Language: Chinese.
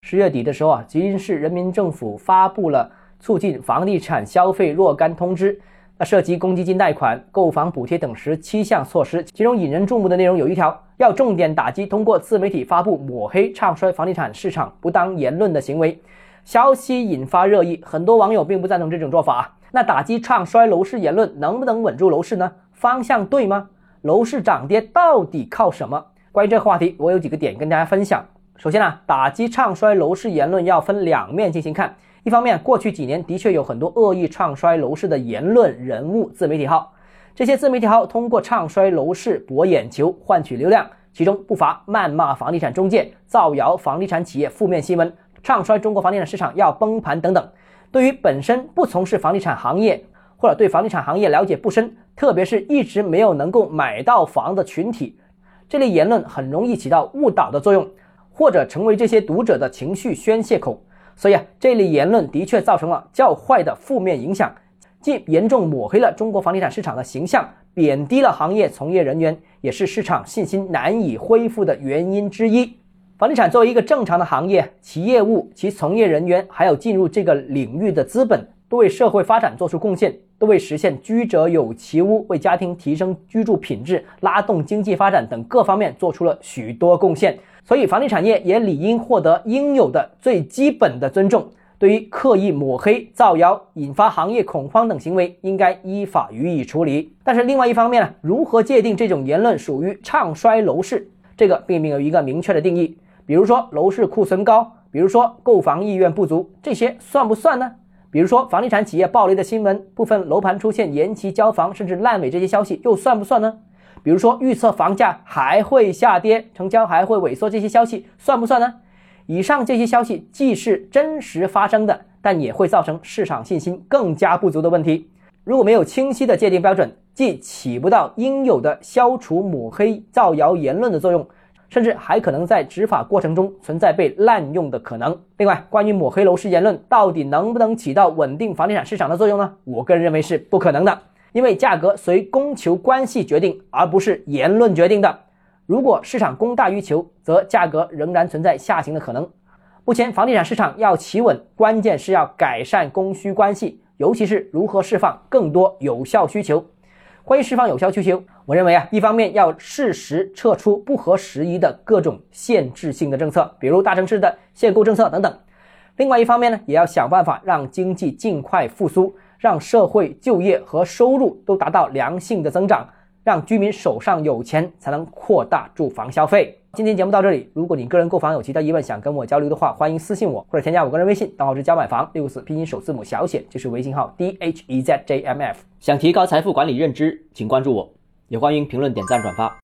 10月底的时候吉林市人民政府发布了促进房地产消费若干通知，那涉及公积金贷款、购房补贴等17项措施，其中引人注目的内容有一条，要重点打击通过自媒体发布抹黑、唱衰房地产市场不当言论的行为。消息引发热议，很多网友并不赞同这种做法。那打击唱衰楼市言论能不能稳住楼市呢？方向对吗？楼市涨跌到底靠什么？关于这个话题，我有几个点跟大家分享。首先打击唱衰楼市言论要分两面进行看。一方面，过去几年的确有很多恶意唱衰楼市的言论、人物、自媒体号，这些自媒体号通过唱衰楼市博眼球、换取流量，其中不乏谩骂房地产中介、造谣房地产企业负面新闻、唱衰中国房地产市场要崩盘等等。对于本身不从事房地产行业，或者对房地产行业了解不深，特别是一直没有能够买到房的群体，这类言论很容易起到误导的作用，或者成为这些读者的情绪宣泄口。所以这类言论的确造成了较坏的负面影响，既严重抹黑了中国房地产市场的形象，贬低了行业从业人员，也是市场信心难以恢复的原因之一。房地产作为一个正常的行业，其业务、其从业人员还有进入这个领域的资本，都为社会发展做出贡献，都为实现居者有其屋、为家庭提升居住品质、拉动经济发展等各方面做出了许多贡献。所以房地产业也理应获得应有的最基本的尊重，对于刻意抹黑、造谣、引发行业恐慌等行为，应该依法予以处理。但是另外一方面如何界定这种言论属于唱衰楼市，这个并没有一个明确的定义。比如说楼市库存高，比如说购房意愿不足，这些算不算呢？比如说房地产企业暴雷的新闻，部分楼盘出现延期交房甚至烂尾，这些消息又算不算呢？比如说预测房价还会下跌，成交还会萎缩，这些消息算不算呢？以上这些消息既是真实发生的，但也会造成市场信心更加不足的问题。如果没有清晰的界定标准，既起不到应有的消除抹黑造谣言论的作用，甚至还可能在执法过程中存在被滥用的可能。另外，关于抹黑楼市言论到底能不能起到稳定房地产市场的作用呢？我个人认为是不可能的，因为价格随供求关系决定，而不是言论决定的。如果市场供大于求，则价格仍然存在下行的可能。目前房地产市场要企稳，关键是要改善供需关系，尤其是如何释放更多有效需求。关于释放有效需求，我认为一方面要适时撤出不合时宜的各种限制性的政策，比如大城市的限购政策等等。另外一方面也要想办法让经济尽快复苏，让社会就业和收入都达到良性的增长，让居民手上有钱，才能扩大住房消费。今天节目到这里，如果你个人购房有其他疑问想跟我交流的话，欢迎私信我或者添加我个人微信，账号是教买房64拼音首字母小写，就是微信号 DHEZJMF。 想提高财富管理认知，请关注我，也欢迎评论、点赞、转发。